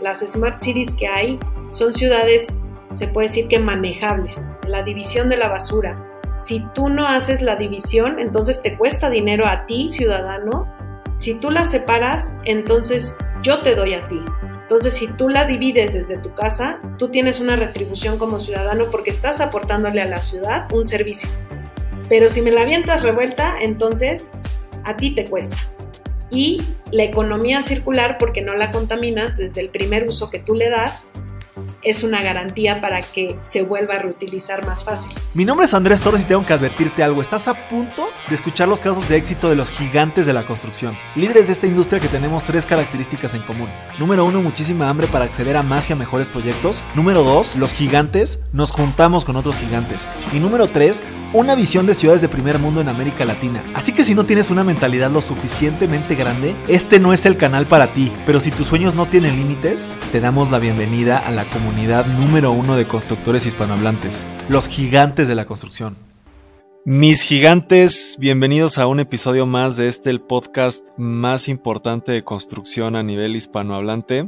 Las Smart Cities que hay son ciudades, se puede decir que manejables. La división de la basura. Si tú no haces la división, entonces te cuesta dinero a ti, ciudadano. Si tú la separas, entonces yo te doy a ti. Entonces, si tú la divides desde tu casa, tú tienes una retribución como ciudadano porque estás aportándole a la ciudad un servicio. Pero si me la avientas revuelta, entonces a ti te cuesta. Y la economía circular, porque no la contaminas desde el primer uso que tú le das, es una garantía para que se vuelva a reutilizar más fácil. Mi nombre es Andrés Torres y tengo que advertirte algo. Estás a punto de escuchar los casos de éxito de los gigantes de la construcción. Líderes de esta industria que tenemos 3 características en común. Número 1, muchísima hambre para acceder a más y a mejores proyectos. Número 2, los gigantes nos juntamos con otros gigantes. Y número 3, una visión de ciudades de primer mundo en América Latina. Así que si no tienes una mentalidad lo suficientemente grande, este no es el canal para ti. Pero si tus sueños no tienen límites, te damos la bienvenida a la comunidad número 1 de constructores hispanohablantes, los gigantes de la construcción. Mis gigantes, bienvenidos a un episodio más de el podcast más importante de construcción a nivel hispanohablante.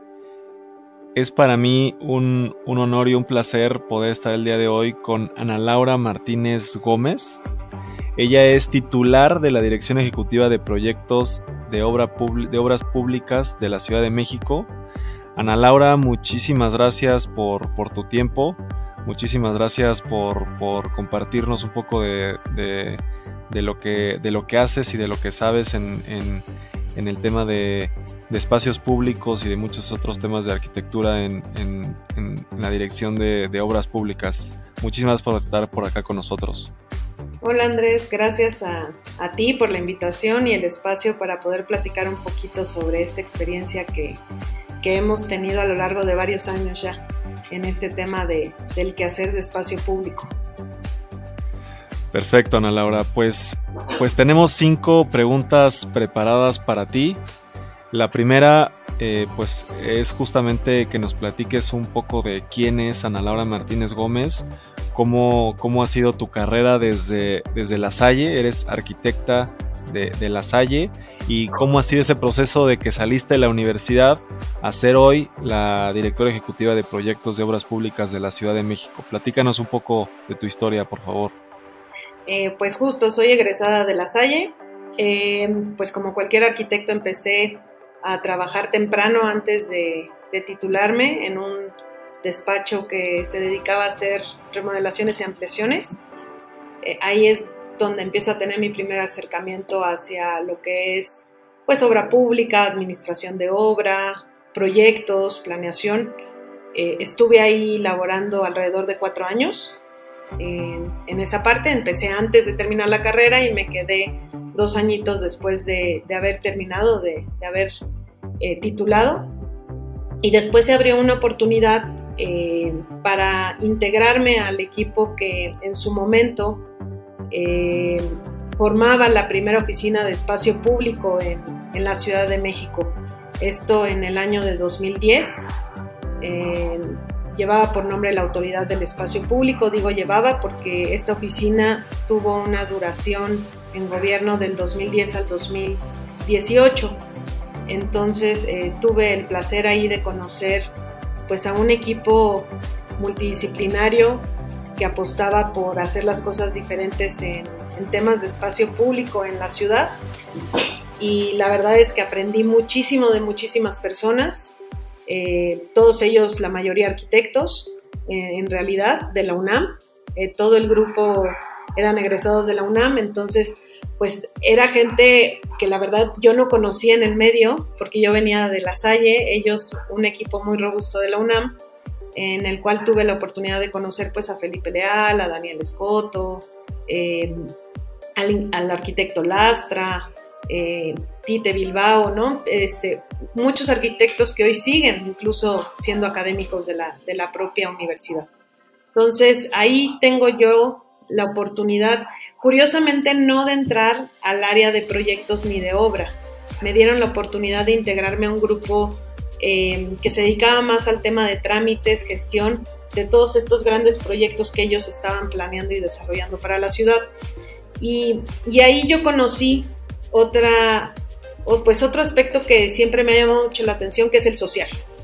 Es para mí un honor y un placer poder estar el día de hoy con Ana Laura Martínez Gómez. Ella es titular de la Dirección Ejecutiva de Proyectos de Obras Públicas de la Ciudad de México. Ana Laura, muchísimas gracias por tu tiempo, muchísimas gracias por compartirnos un poco de lo que haces y de lo que sabes en el tema de espacios públicos y de muchos otros temas de arquitectura en la dirección de obras públicas. Muchísimas gracias por estar por acá con nosotros. Hola Andrés, gracias a ti por la invitación y el espacio para poder platicar un poquito sobre esta experiencia que hemos tenido a lo largo de varios años ya en este tema del quehacer de espacio público. Perfecto, Ana Laura. Pues tenemos 5 preguntas preparadas para ti. La primera pues es justamente que nos platiques un poco de quién es Ana Laura Martínez Gómez, cómo ha sido tu carrera desde La Salle. Eres arquitecta de La Salle, y cómo ha sido ese proceso de que saliste de la universidad a ser hoy la directora ejecutiva de proyectos de obras públicas de la Ciudad de México. Platícanos un poco de tu historia, por favor. Pues justo, soy egresada de La Salle. Pues como cualquier arquitecto empecé a trabajar temprano antes de titularme en un despacho que se dedicaba a hacer remodelaciones y ampliaciones. Ahí es donde empiezo a tener mi primer acercamiento hacia lo que es pues obra pública, administración de obra, proyectos, planeación. Estuve ahí laborando alrededor de 4 años en esa parte. Empecé antes de terminar la carrera y me quedé 2 añitos después de haber terminado, de haber titulado, y después se abrió una oportunidad para integrarme al equipo que en su momento formaba la primera oficina de espacio público en la Ciudad de México. Esto en el año de 2010. Llevaba por nombre la Autoridad del Espacio Público. Digo llevaba porque esta oficina tuvo una duración en gobierno del 2010 al 2018. Entonces tuve el placer ahí de conocer pues a un equipo multidisciplinario que apostaba por hacer las cosas diferentes en temas de espacio público en la ciudad, y la verdad es que aprendí muchísimo de muchísimas personas, todos ellos, la mayoría arquitectos, en realidad de la UNAM. Todo el grupo eran egresados de la UNAM, entonces pues era gente que la verdad yo no conocía en el medio porque yo venía de La Salle, ellos un equipo muy robusto de la UNAM, en el cual tuve la oportunidad de conocer pues a Felipe Leal, a Daniel Escoto, al arquitecto Lastra, Tite Bilbao, ¿no? Muchos arquitectos que hoy siguen incluso siendo académicos de la propia universidad. Entonces ahí tengo yo la oportunidad, curiosamente no de entrar al área de proyectos ni de obra. Me dieron la oportunidad de integrarme a un grupo que se dedicaba más al tema de trámites, gestión de todos estos grandes proyectos que ellos estaban planeando y desarrollando para la ciudad. Y ahí yo conocí otro aspecto que siempre me ha llamado mucho la atención, que es el social.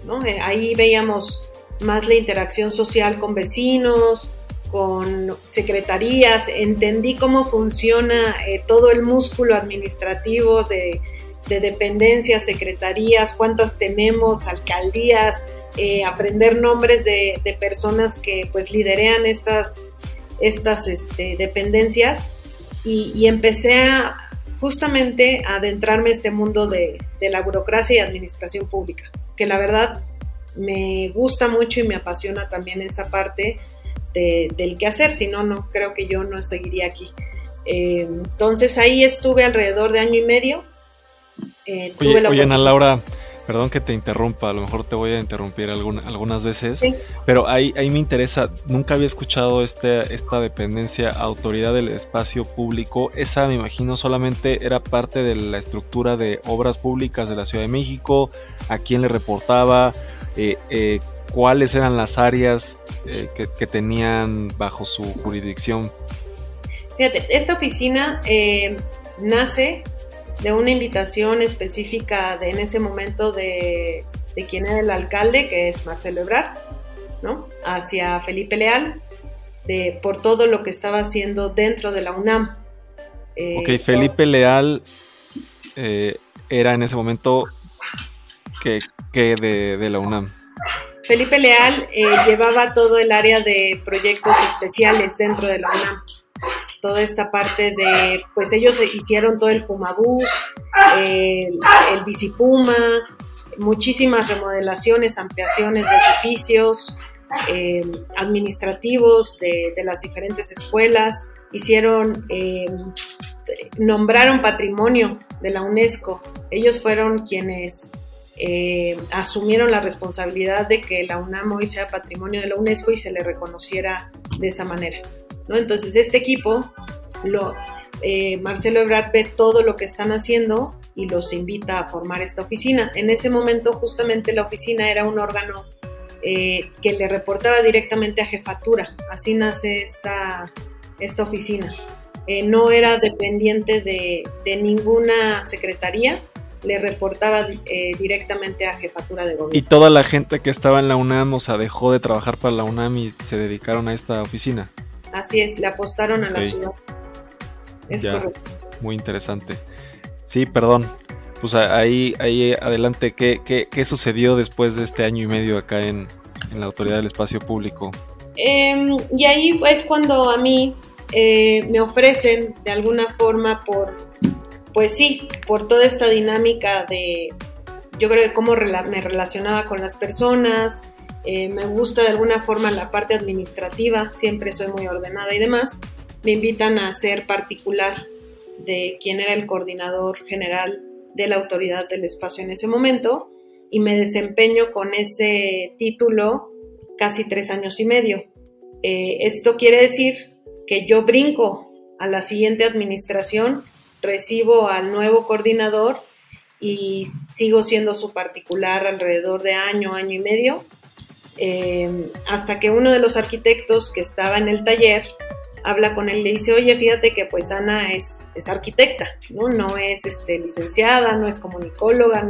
¿no? Ahí veíamos más la interacción social con vecinos, con secretarías, entendí cómo funciona todo el músculo administrativo de dependencias, secretarías, cuántas tenemos, alcaldías, aprender nombres de personas que pues liderean estas dependencias y empecé justamente a adentrarme a este mundo de la burocracia y administración pública, que la verdad me gusta mucho y me apasiona también esa parte del quehacer, si no, no creo que yo no seguiría aquí. Entonces ahí estuve alrededor de año y medio. Oye, Ana Laura, perdón que te interrumpa, a lo mejor te voy a interrumpir algunas veces, sí. Pero ahí me interesa, nunca había escuchado esta dependencia, Autoridad del Espacio Público. Esa, me imagino, solamente era parte de la estructura de obras públicas de la Ciudad de México. ¿A quién le reportaba? ¿Cuáles eran las áreas que tenían bajo su jurisdicción? Fíjate, esta oficina nace de una invitación específica en ese momento de quien era el alcalde, que es Marcelo Ebrard, ¿no? Hacia Felipe Leal, por todo lo que estaba haciendo dentro de la UNAM. Felipe Leal era en ese momento que de la UNAM. Felipe Leal llevaba todo el área de proyectos especiales dentro de la UNAM. Toda esta parte de, pues ellos hicieron todo el Pumabús, el Bicipuma, muchísimas remodelaciones, ampliaciones de edificios administrativos de las diferentes escuelas, nombraron patrimonio de la UNESCO. Ellos fueron quienes asumieron la responsabilidad de que la UNAM hoy sea patrimonio de la UNESCO y se le reconociera de esa manera, ¿no? Entonces este equipo, Marcelo Ebrard ve todo lo que están haciendo y los invita a formar esta oficina. En ese momento justamente la oficina era un órgano que le reportaba directamente a jefatura, así nace esta oficina. No era dependiente de ninguna secretaría, le reportaba directamente a jefatura de gobierno. ¿Y toda la gente que estaba en la UNAM, o sea, dejó de trabajar para la UNAM y se dedicaron a esta oficina? Así es, le apostaron a la ciudad. Es correcto. Muy interesante. Sí, perdón. Pues ahí adelante, ¿qué sucedió después de este año y medio acá en la Autoridad del Espacio Público? Y ahí es cuando a mí me ofrecen de alguna forma por toda esta dinámica yo creo que cómo me relacionaba con las personas, me gusta de alguna forma la parte administrativa, siempre soy muy ordenada y demás, me invitan a ser particular de quien era el coordinador general de la Autoridad del Espacio en ese momento y me desempeño con ese título casi 3 años y medio. Esto quiere decir que yo brinco a la siguiente administración, recibo al nuevo coordinador y sigo siendo su particular alrededor de año y medio, hasta que uno de los arquitectos que estaba en el taller habla con él y le dice, oye, fíjate que pues Ana es arquitecta, no es licenciada, no es comunicóloga,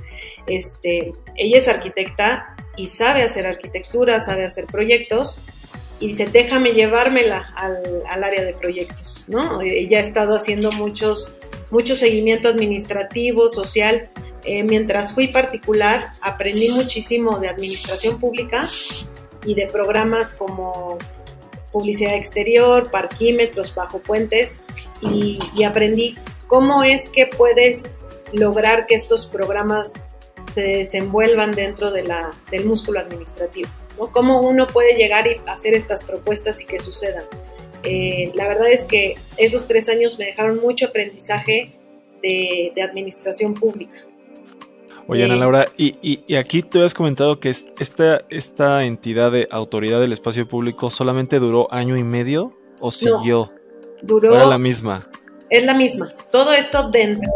ella es arquitecta y sabe hacer arquitectura, sabe hacer proyectos. Y dice, déjame llevármela al área de proyectos, ¿no? Ella ha estado haciendo mucho seguimiento administrativo, social. Mientras fui particular, aprendí muchísimo de administración pública y de programas como publicidad exterior, parquímetros, bajo puentes, y aprendí cómo es que puedes lograr que estos programas se desenvuelvan dentro del músculo administrativo, ¿no? Cómo uno puede llegar y hacer estas propuestas y que sucedan. La verdad es que esos 3 años me dejaron mucho aprendizaje de administración pública. Oye, Ana Laura, y aquí tú has comentado que esta entidad de Autoridad del Espacio Público solamente duró 1 año y medio, ¿o siguió? Duró... ¿Era la misma? Es la misma. Todo esto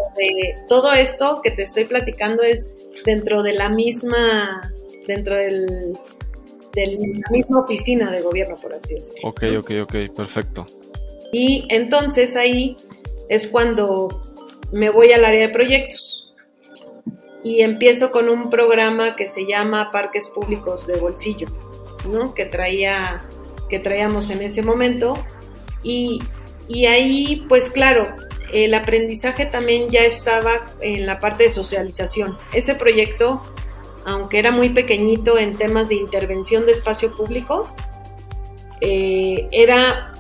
que te estoy platicando es dentro de la misma oficina de gobierno, por así decirlo. Ok, perfecto. Y entonces ahí es cuando me voy al área de proyectos. y empiezo con un programa que se llama Parques Públicos de Bolsillo, ¿no? que traíamos en ese momento, y ahí pues claro, el aprendizaje también ya estaba en la parte de socialización. Ese proyecto, aunque era muy pequeñito en temas de intervención de espacio público, era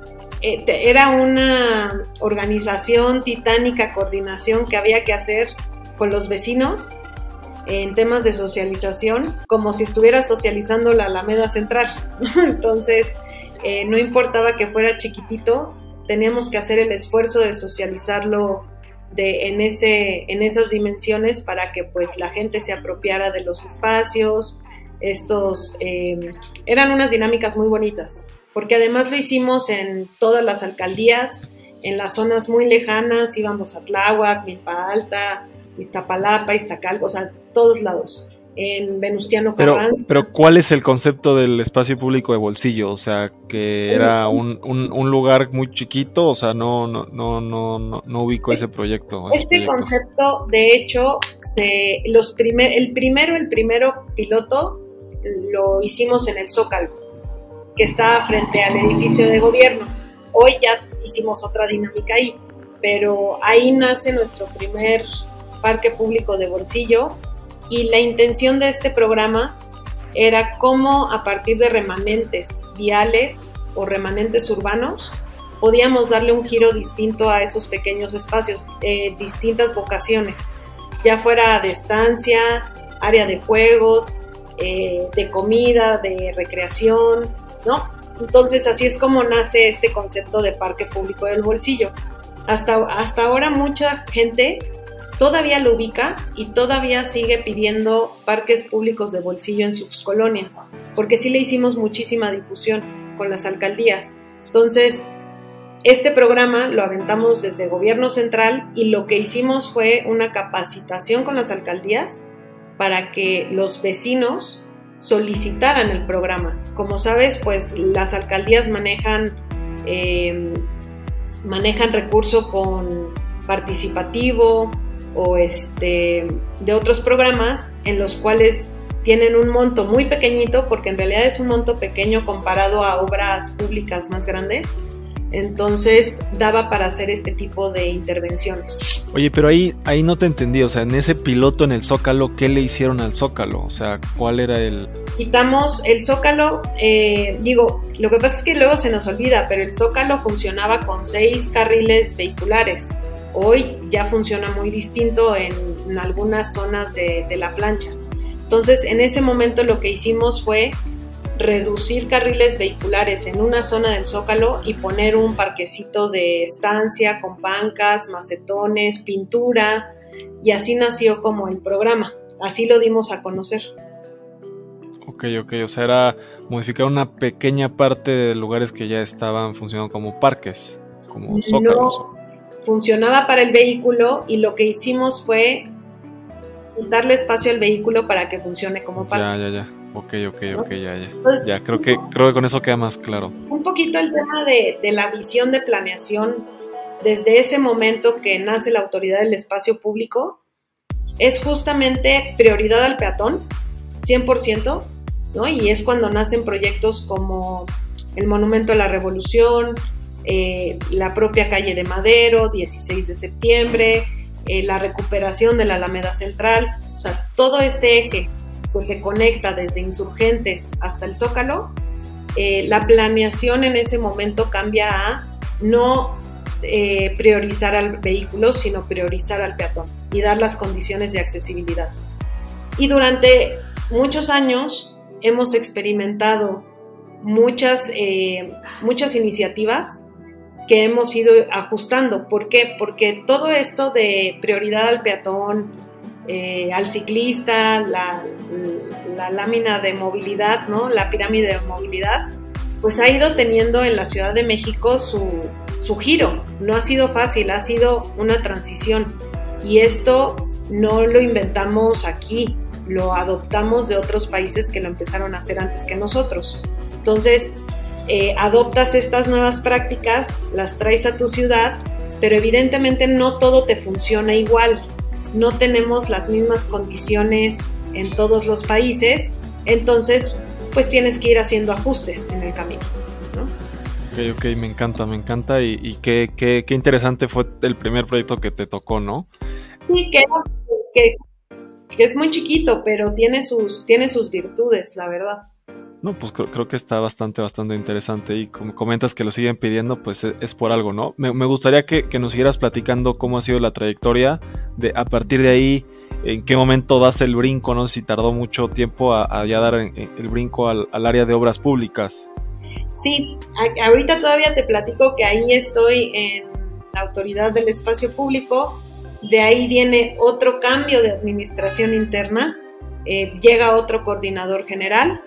una organización titánica, coordinación que había que hacer con los vecinos en temas de socialización, como si estuviera socializando la Alameda Central. Entonces, no importaba que fuera chiquitito, teníamos que hacer el esfuerzo de socializarlo en esas dimensiones para que pues la gente se apropiara de los espacios. Eran unas dinámicas muy bonitas, porque además lo hicimos en todas las alcaldías, en las zonas muy lejanas, íbamos a Tláhuac, Milpa Alta, Iztapalapa, Iztacalco, o sea, todos lados, en Venustiano Carranza. Pero ¿cuál es el concepto del espacio público de bolsillo? O sea, que era un lugar muy chiquito, o sea, no ubico ese proyecto. Concepto, de hecho, el primero piloto lo hicimos en el Zócalo, que estaba frente al edificio de gobierno. Hoy ya hicimos otra dinámica ahí, pero ahí nace nuestro primer parque público de bolsillo, y la intención de este programa era cómo a partir de remanentes viales o remanentes urbanos podíamos darle un giro distinto a esos pequeños espacios, distintas vocaciones, ya fuera de estancia, área de juegos, de comida, de recreación, ¿no? Entonces así es como nace este concepto de parque público del bolsillo. Hasta ahora mucha gente todavía lo ubica y todavía sigue pidiendo parques públicos de bolsillo en sus colonias, porque sí le hicimos muchísima difusión con las alcaldías. Entonces, este programa lo aventamos desde el gobierno central, y lo que hicimos fue una capacitación con las alcaldías para que los vecinos solicitaran el programa. Como sabes, pues las alcaldías manejan recurso con participativo o de otros programas en los cuales tienen un monto muy pequeñito, porque en realidad es un monto pequeño comparado a obras públicas más grandes. Entonces daba para hacer este tipo de intervenciones. Oye, pero ahí no te entendí, o sea, en ese piloto en el Zócalo, ¿qué le hicieron al Zócalo? O sea, ¿cuál era el...? Quitamos el Zócalo, lo que pasa es que luego se nos olvida, pero el Zócalo funcionaba con 6 carriles vehiculares. Hoy ya funciona muy distinto en algunas zonas de la plancha. Entonces, en ese momento lo que hicimos fue reducir carriles vehiculares en una zona del Zócalo y poner un parquecito de estancia con bancas, macetones, pintura, y así nació como el programa. Así lo dimos a conocer. Ok, o sea, era modificar una pequeña parte de lugares que ya estaban funcionando como parques, como Zócalos. No, funcionaba para el vehículo, y lo que hicimos fue darle espacio al vehículo para que funcione como parque. Ya. Ok, ¿no? ya. Entonces, ya, creo que con eso queda más claro. Un poquito el tema de la visión de planeación desde ese momento que nace la Autoridad del Espacio Público es justamente prioridad al peatón, 100%, ¿no? Y es cuando nacen proyectos como el Monumento a la Revolución, la propia calle de Madero, 16 de septiembre, la recuperación de la Alameda Central. O sea, todo este eje que te conecta desde Insurgentes hasta el Zócalo, la planeación en ese momento cambia a no priorizar al vehículo, sino priorizar al peatón y dar las condiciones de accesibilidad. Y durante muchos años hemos experimentado muchas iniciativas que hemos ido ajustando. ¿Por qué? Porque todo esto de prioridad al peatón, al ciclista, la lámina de movilidad, ¿no? La pirámide de movilidad, pues ha ido teniendo en la Ciudad de México su giro. No ha sido fácil, ha sido una transición, y esto no lo inventamos aquí, lo adoptamos de otros países que lo empezaron a hacer antes que nosotros. Entonces, adoptas estas nuevas prácticas, las traes a tu ciudad, pero evidentemente no todo te funciona igual. no tenemos las mismas condiciones en todos los países, entonces pues tienes que ir haciendo ajustes en el camino, ¿no? Ok, me encanta y qué interesante fue el primer proyecto que te tocó, ¿no? Sí, que es muy chiquito, pero tiene sus virtudes, la verdad. No, pues creo que está bastante interesante y como comentas que lo siguen pidiendo, pues es por algo, ¿no? Me gustaría que nos siguieras platicando cómo ha sido la trayectoria, de a partir de ahí, en qué momento das el brinco, no sé si tardó mucho tiempo a ya dar el brinco al área de obras públicas. Sí, ahorita todavía te platico que ahí estoy en la Autoridad del Espacio Público, de ahí viene otro cambio de administración interna, llega otro coordinador general,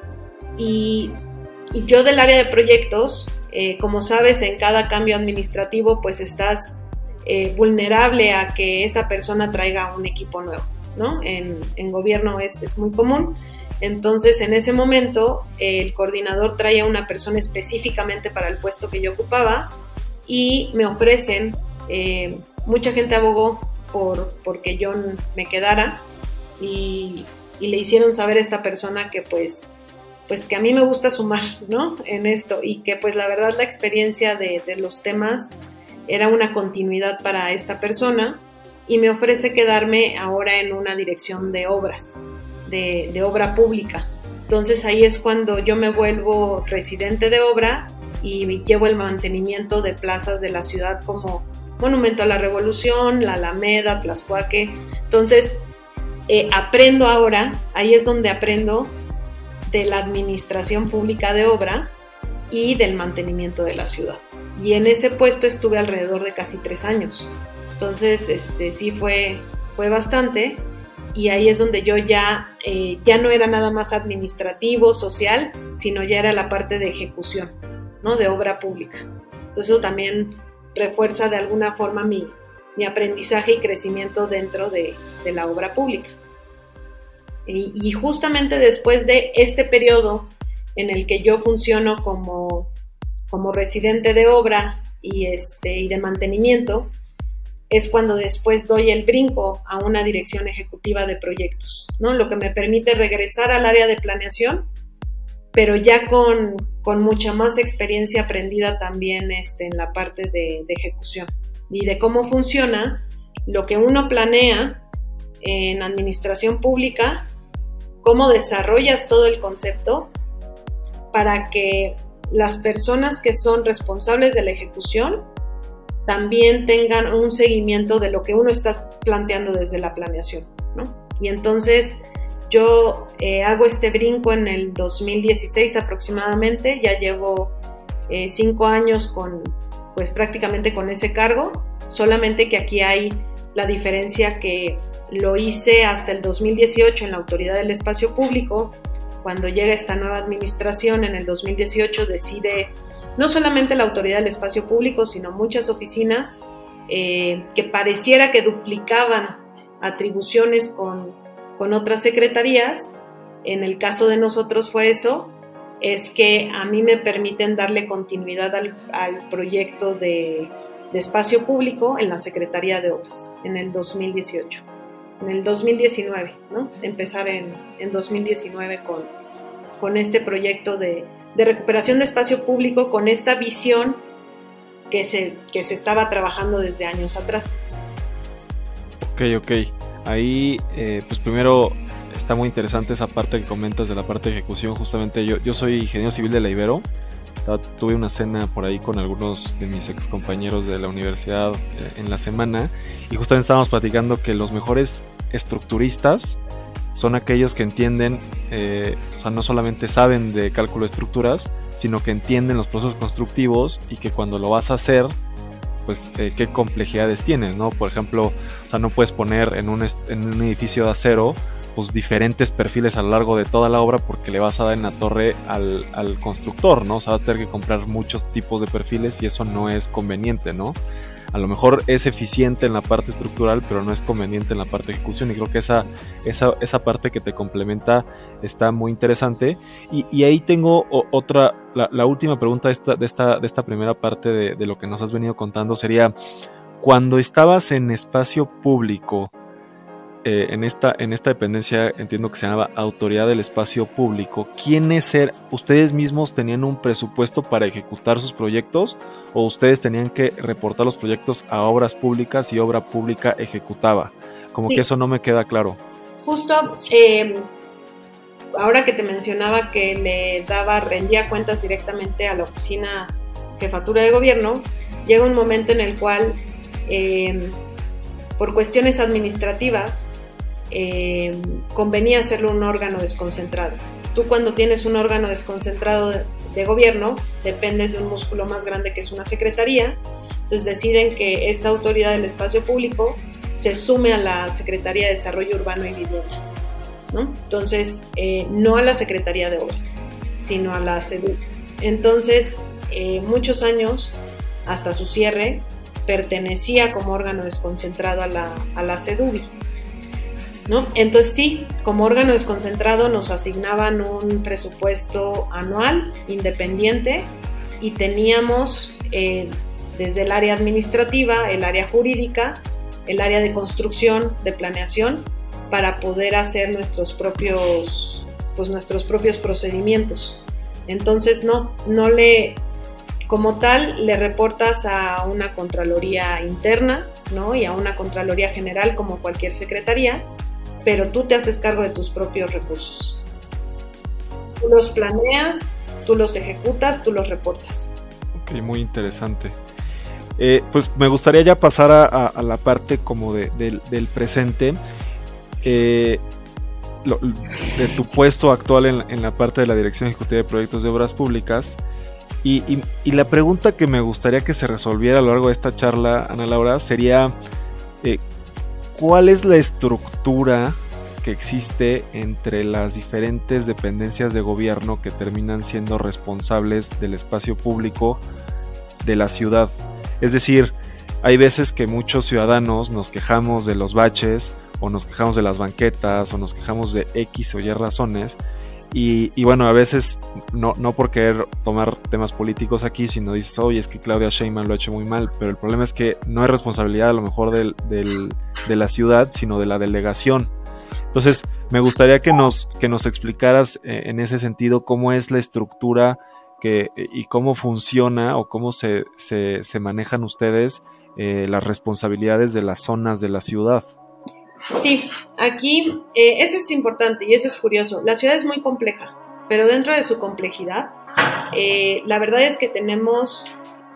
y yo del área de proyectos, como sabes, en cada cambio administrativo pues estás vulnerable a que esa persona traiga un equipo nuevo, ¿no? En gobierno es muy común. Entonces en ese momento el coordinador trae a una persona específicamente para el puesto que yo ocupaba y me ofrecen, mucha gente abogó porque yo me quedara y le hicieron saber a esta persona que pues que a mí me gusta sumar, ¿no? En esto, y que pues la verdad la experiencia de los temas era una continuidad para esta persona, y me ofrece quedarme ahora en una dirección de obras, de obra pública. Entonces ahí es cuando yo me vuelvo residente de obra y llevo el mantenimiento de plazas de la ciudad como Monumento a la Revolución, la Alameda, Tlaxcuaque. Entonces aprendo ahora, ahí es donde aprendo de la administración pública de obra y del mantenimiento de la ciudad. Y en ese puesto estuve alrededor de casi 3 años. Entonces, sí fue bastante, y ahí es donde yo ya no era nada más administrativo, social, sino ya era la parte de ejecución, ¿no? De obra pública. Entonces eso también refuerza de alguna forma mi aprendizaje y crecimiento dentro de la obra pública. Y justamente después de este periodo en el que yo funciono como residente de obra y de mantenimiento, es cuando después doy el brinco a una dirección ejecutiva de proyectos, ¿no? Lo que me permite regresar al área de planeación, pero ya con mucha más experiencia aprendida también en la parte de ejecución y de cómo funciona lo que uno planea en administración pública, cómo desarrollas todo el concepto para que las personas que son responsables de la ejecución también tengan un seguimiento de lo que uno está planteando desde la planeación, ¿no? Y entonces yo hago este brinco en el 2016 aproximadamente, ya llevo 5 años pues prácticamente con ese cargo, solamente que aquí hay la diferencia que lo hice hasta el 2018 en la Autoridad del Espacio Público. Cuando llega esta nueva administración en el 2018 decide no solamente la Autoridad del Espacio Público, sino muchas oficinas que pareciera que duplicaban atribuciones con otras secretarías. En el caso de nosotros fue eso, es que a mí me permiten darle continuidad al proyecto de espacio público en la Secretaría de Obras en el 2018. En el 2019, ¿no? Empezar en 2019 con este proyecto de recuperación de espacio público, con esta visión que se estaba trabajando desde años atrás. Ok. Ahí, pues primero está muy interesante esa parte que comentas de la parte de ejecución. Justamente yo soy ingeniero civil de la Ibero. Tuve una cena por ahí con algunos de mis ex compañeros de la universidad en la semana, y justamente estábamos platicando que los mejores estructuristas son aquellos que entienden, o sea, no solamente saben de cálculo de estructuras, sino que entienden los procesos constructivos, y que cuando lo vas a hacer, pues qué complejidades tienes, ¿no? Por ejemplo, o sea, no puedes poner en un edificio de acero pues diferentes perfiles a lo largo de toda la obra, porque le vas a dar en la torre al constructor, ¿no? O sea, va a tener que comprar muchos tipos de perfiles y eso no es conveniente, ¿no? A lo mejor es eficiente en la parte estructural, pero no es conveniente en la parte de ejecución, y creo que esa parte que te complementa está muy interesante. Y ahí tengo otra, la última pregunta de esta primera parte de lo que nos has venido contando sería: cuando estabas en espacio público, en esta dependencia, entiendo que se llamaba Autoridad del Espacio Público, ¿quiénes eran? ¿Ustedes mismos tenían un presupuesto para ejecutar sus proyectos o ustedes tenían que reportar los proyectos a obras públicas y obra pública ejecutaba? Como sí. Que eso no me queda claro. Justo, ahora que te mencionaba que rendía cuentas directamente a la oficina Jefatura de Gobierno, llega un momento en el cual, por cuestiones administrativas, convenía hacerlo un órgano desconcentrado. Tú cuando tienes un órgano desconcentrado de gobierno, dependes de un músculo más grande que es una secretaría, entonces deciden que esta autoridad del espacio público se sume a la Secretaría de Desarrollo Urbano y Vivienda, ¿no? Entonces, no a la Secretaría de Obras, sino a la CEDU. Entonces, muchos años, hasta su cierre, pertenecía como órgano desconcentrado a la CEDUBI, ¿no? Entonces sí, como órgano desconcentrado nos asignaban un presupuesto anual independiente y teníamos desde el área administrativa, el área jurídica, el área de construcción, de planeación, para poder hacer nuestros propios procedimientos. Entonces como tal, le reportas a una Contraloría interna, ¿no? Y a una Contraloría general como cualquier secretaría, pero tú te haces cargo de tus propios recursos. Tú los planeas, tú los ejecutas, tú los reportas. Ok, muy interesante. Pues me gustaría ya pasar a la parte como del presente, de tu puesto actual en la parte de la Dirección Ejecutiva de Proyectos de Obras Públicas. Y la pregunta que me gustaría que se resolviera a lo largo de esta charla, Ana Laura, sería ¿cuál es la estructura que existe entre las diferentes dependencias de gobierno que terminan siendo responsables del espacio público de la ciudad? Es decir, hay veces que muchos ciudadanos nos quejamos de los baches, o nos quejamos de las banquetas, o nos quejamos de X o Y razones. Y bueno, a veces no por querer tomar temas políticos aquí, sino dices, oye, es que Claudia Sheinbaum lo ha hecho muy mal, pero el problema es que no es responsabilidad a lo mejor de la ciudad, sino de la delegación. Entonces, me gustaría que nos explicaras en ese sentido cómo es la estructura y cómo funciona o cómo se manejan ustedes las responsabilidades de las zonas de la ciudad. Sí, aquí eso es importante y eso es curioso. La ciudad es muy compleja, pero dentro de su complejidad, la verdad es que tenemos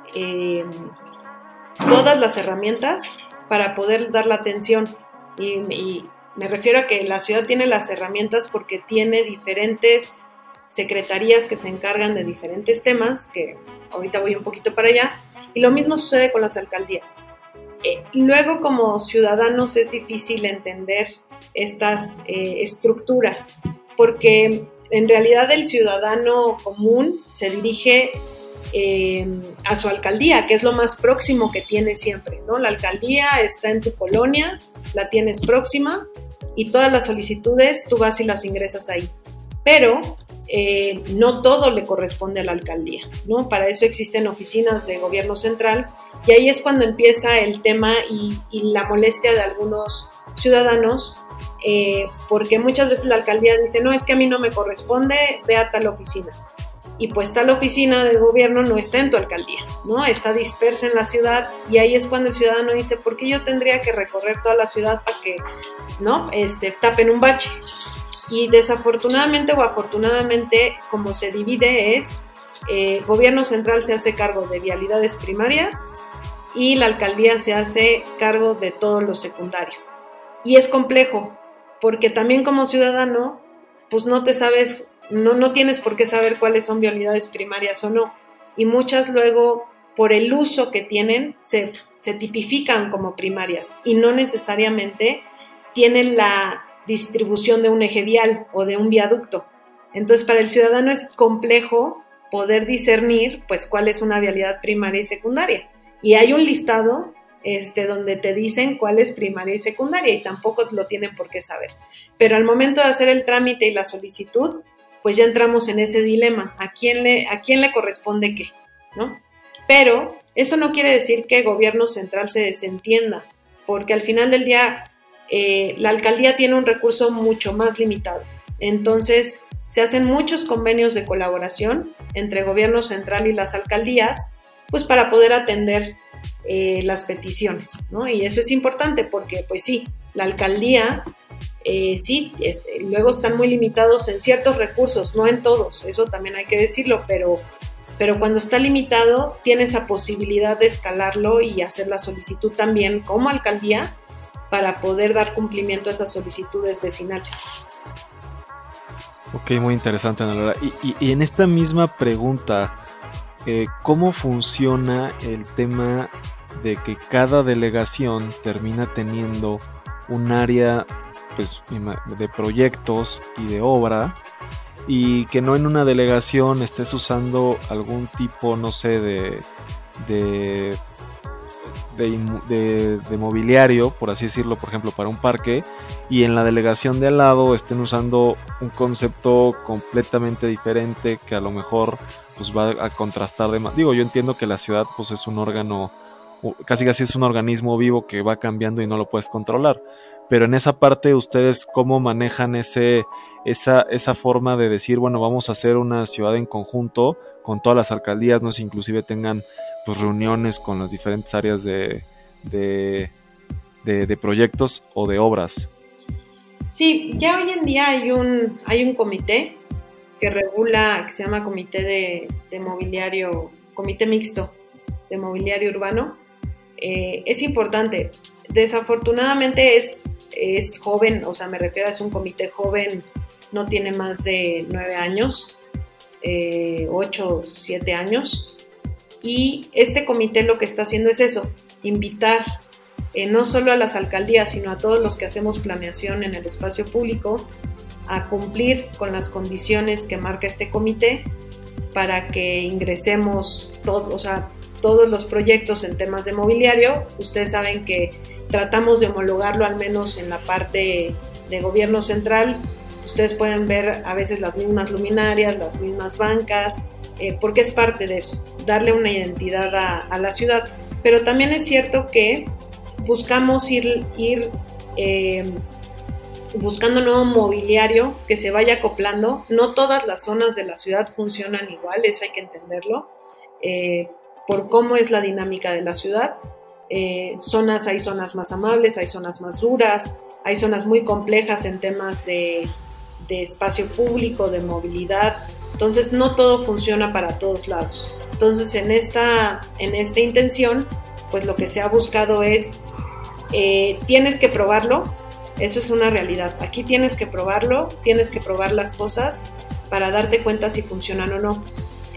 todas las herramientas para poder dar la atención. Y me refiero a que la ciudad tiene las herramientas porque tiene diferentes secretarías que se encargan de diferentes temas, que ahorita voy un poquito para allá, y lo mismo sucede con las alcaldías. Luego, como ciudadanos, es difícil entender estas estructuras, porque en realidad el ciudadano común se dirige a su alcaldía, que es lo más próximo que tiene siempre, ¿no? La alcaldía está en tu colonia, la tienes próxima, y todas las solicitudes tú vas y las ingresas ahí. Pero no todo le corresponde a la alcaldía, ¿no? Para eso existen oficinas de gobierno central, y ahí es cuando empieza el tema y la molestia de algunos ciudadanos, porque muchas veces la alcaldía dice, no, es que a mí no me corresponde, ve a tal oficina. Y pues tal oficina de gobierno no está en tu alcaldía, ¿no? Está dispersa en la ciudad, y ahí es cuando el ciudadano dice, ¿por qué yo tendría que recorrer toda la ciudad para que, ¿no? Tapen un bache? Y desafortunadamente o afortunadamente, como se divide es, gobierno central se hace cargo de vialidades primarias y la alcaldía se hace cargo de todo lo secundario. Y es complejo, porque también como ciudadano, pues no tienes por qué saber cuáles son vialidades primarias o no. Y muchas luego, por el uso que tienen, se tipifican como primarias y no necesariamente tienen la distribución de un eje vial o de un viaducto. Entonces, para el ciudadano es complejo poder discernir, pues, cuál es una vialidad primaria y secundaria. Y hay un listado donde te dicen cuál es primaria y secundaria, y tampoco lo tienen por qué saber. Pero al momento de hacer el trámite y la solicitud, pues ya entramos en ese dilema. ¿A quién le corresponde qué? ¿No? Pero eso no quiere decir que el gobierno central se desentienda, porque al final del día la alcaldía tiene un recurso mucho más limitado. Entonces, se hacen muchos convenios de colaboración entre gobierno central y las alcaldías, pues para poder atender las peticiones, ¿no? Y eso es importante porque, pues sí, la alcaldía, luego están muy limitados en ciertos recursos, no en todos, eso también hay que decirlo, pero cuando está limitado, tiene esa posibilidad de escalarlo y hacer la solicitud también como alcaldía para poder dar cumplimiento a esas solicitudes vecinales. Ok, muy interesante, Ana Laura. Y en esta misma pregunta, ¿cómo funciona el tema de que cada delegación termina teniendo un área, pues, de proyectos y de obra, y que no en una delegación estés usando algún tipo, no sé, de mobiliario, por así decirlo, por ejemplo, para un parque, y en la delegación de al lado estén usando un concepto completamente diferente que a lo mejor pues va a contrastar de más? Digo, yo entiendo que la ciudad pues es un órgano, casi es un organismo vivo que va cambiando y no lo puedes controlar, pero en esa parte ustedes cómo manejan esa forma de decir, bueno, vamos a hacer una ciudad en conjunto con todas las alcaldías, no sé, inclusive tengan pues reuniones con las diferentes áreas de proyectos o de obras. Sí, ya hoy en día hay un comité que regula, que se llama Comité de Mobiliario, Comité Mixto de Mobiliario Urbano. Es importante, desafortunadamente es joven, o sea, me refiero a es un comité joven, no tiene más de 9 años, 8 o 7 años, y este comité lo que está haciendo es eso, invitar no solo a las alcaldías, sino a todos los que hacemos planeación en el espacio público a cumplir con las condiciones que marca este comité para que ingresemos todos los proyectos en temas de mobiliario. Ustedes saben que tratamos de homologarlo al menos en la parte de gobierno central. Ustedes pueden ver a veces las mismas luminarias, las mismas bancas, porque es parte de eso, darle una identidad a la ciudad. Pero también es cierto que buscamos ir buscando nuevo mobiliario que se vaya acoplando. No todas las zonas de la ciudad funcionan igual, eso hay que entenderlo, por cómo es la dinámica de la ciudad. Hay zonas más amables, hay zonas más duras, hay zonas muy complejas en temas de espacio público, de movilidad. Entonces no todo funciona para todos lados. Entonces en esta intención, pues lo que se ha buscado es, tienes que probarlo, eso es una realidad. Aquí tienes que probarlo, tienes que probar las cosas para darte cuenta si funcionan o no.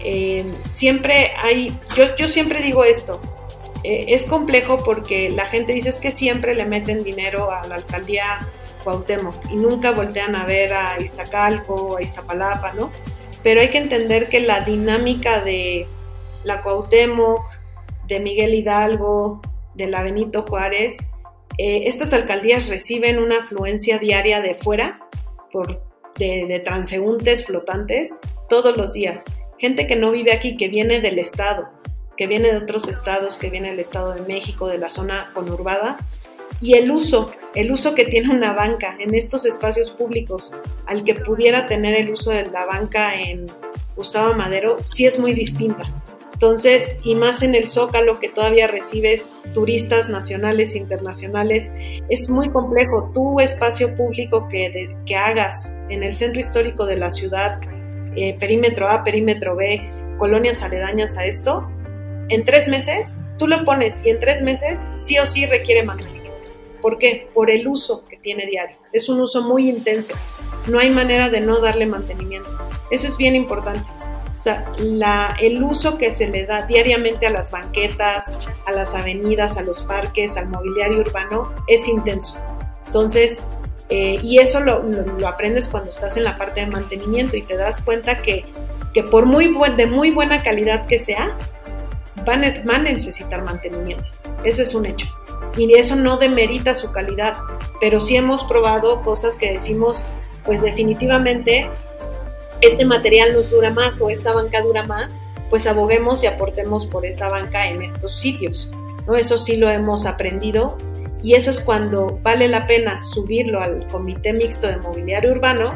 Yo siempre digo esto, es complejo porque la gente dice es que siempre le meten dinero a la alcaldía Cuauhtémoc y nunca voltean a ver a Iztacalco o a Iztapalapa, ¿no? Pero hay que entender que la dinámica de la Cuauhtémoc, de Miguel Hidalgo, de la Benito Juárez, estas alcaldías reciben una afluencia diaria de fuera, de transeúntes flotantes, todos los días. Gente que no vive aquí, que viene del estado, que viene de otros estados, que viene del Estado de México, de la zona conurbada, y el uso que tiene una banca en estos espacios públicos al que pudiera tener el uso de la banca en Gustavo Madero, sí es muy distinta. Entonces, y más en el Zócalo, que todavía recibes turistas nacionales e internacionales, es muy complejo. Tu espacio público que hagas en el centro histórico de la ciudad, perímetro A, perímetro B, colonias aledañas a esto, en 3 meses tú lo pones y en 3 meses sí o sí requiere mantenimiento. ¿Por qué? Por el uso que tiene diario. Es un uso muy intenso. No hay manera de no darle mantenimiento. Eso es bien importante. O sea, el uso que se le da diariamente a las banquetas, a las avenidas, a los parques, al mobiliario urbano, es intenso. Entonces, y eso lo aprendes cuando estás en la parte de mantenimiento y te das cuenta que por de muy buena calidad que sea, van a necesitar mantenimiento. Eso es un hecho. Y eso no demerita su calidad, pero sí hemos probado cosas que decimos, pues definitivamente este material nos dura más o esta banca dura más, pues aboguemos y aportemos por esa banca en estos sitios, ¿no? Eso sí lo hemos aprendido y eso es cuando vale la pena subirlo al Comité Mixto de Mobiliario Urbano,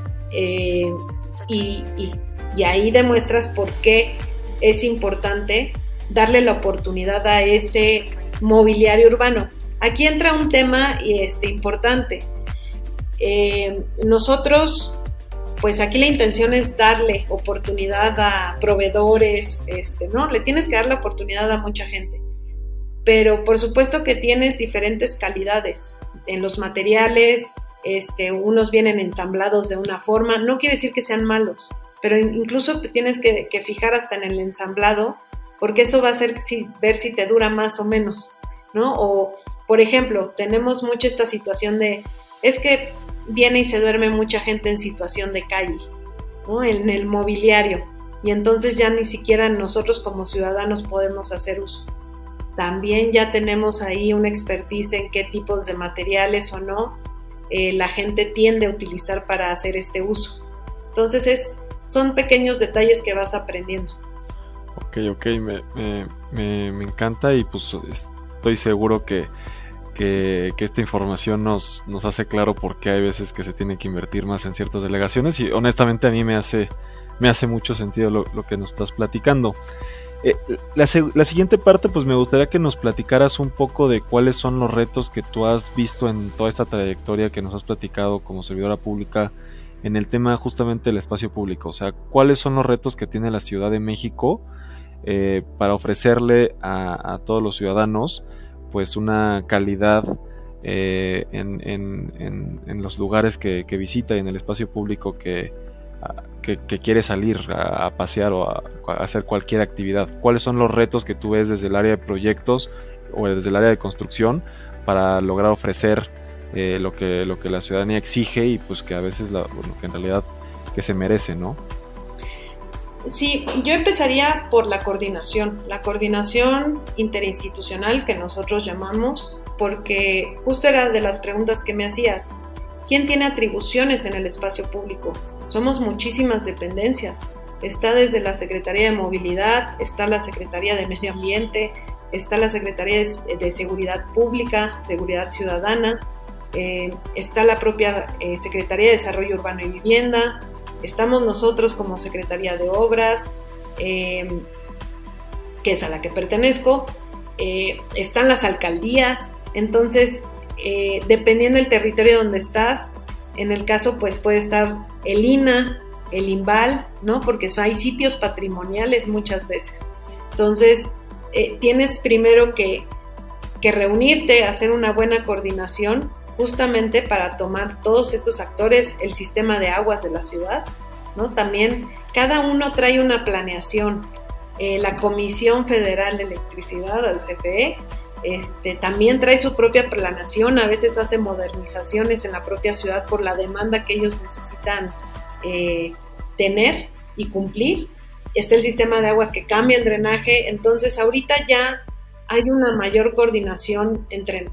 y ahí demuestras por qué es importante darle la oportunidad a ese mobiliario urbano. Aquí entra un tema importante. Nosotros, pues aquí la intención es darle oportunidad a proveedores, ¿no? Le tienes que dar la oportunidad a mucha gente. Pero por supuesto que tienes diferentes calidades en los materiales, unos vienen ensamblados de una forma, no quiere decir que sean malos, pero incluso te tienes que fijar hasta en el ensamblado, porque eso va a hacer ver si te dura más o menos, ¿no? O, por ejemplo, tenemos mucho esta situación es que viene y se duerme mucha gente en situación de calle, ¿no? En el mobiliario, y entonces ya ni siquiera nosotros como ciudadanos podemos hacer uso. También ya tenemos ahí una expertise en qué tipos de materiales o no la gente tiende a utilizar para hacer este uso. Entonces son pequeños detalles que vas aprendiendo. Ok, me encanta, y pues estoy seguro que esta información nos hace claro por qué hay veces que se tiene que invertir más en ciertas delegaciones, y honestamente a mí me hace mucho sentido lo que nos estás platicando. La siguiente parte, pues me gustaría que nos platicaras un poco de cuáles son los retos que tú has visto en toda esta trayectoria que nos has platicado como servidora pública en el tema justamente del espacio público. O sea, cuáles son los retos que tiene la Ciudad de México para ofrecerle a todos los ciudadanos pues una calidad en los lugares que visita y en el espacio público que quiere salir a pasear o a hacer cualquier actividad. ¿Cuáles son los retos que tú ves desde el área de proyectos o desde el área de construcción para lograr ofrecer lo que la ciudadanía exige y pues que a veces que en realidad que se merece, ¿no? Sí, yo empezaría por la coordinación interinstitucional que nosotros llamamos, porque justo era de las preguntas que me hacías. ¿Quién tiene atribuciones en el espacio público? Somos muchísimas dependencias. Está desde la Secretaría de Movilidad, está la Secretaría de Medio Ambiente, está la Secretaría de Seguridad Pública, Seguridad Ciudadana, está la propia Secretaría de Desarrollo Urbano y Vivienda, estamos nosotros como Secretaría de Obras, que es a la que pertenezco, están las alcaldías. Entonces, dependiendo del territorio donde estás, en el caso pues puede estar el INAH, el INVAL, ¿no? Porque hay sitios patrimoniales muchas veces. Entonces, tienes primero que reunirte, hacer una buena coordinación justamente para tomar todos estos actores, el sistema de aguas de la ciudad, ¿no? También cada uno trae una planeación. La Comisión Federal de Electricidad, el CFE, también trae su propia planeación, a veces hace modernizaciones en la propia ciudad por la demanda que ellos necesitan tener y cumplir. Está el sistema de aguas que cambia el drenaje. Entonces ahorita ya hay una mayor coordinación entre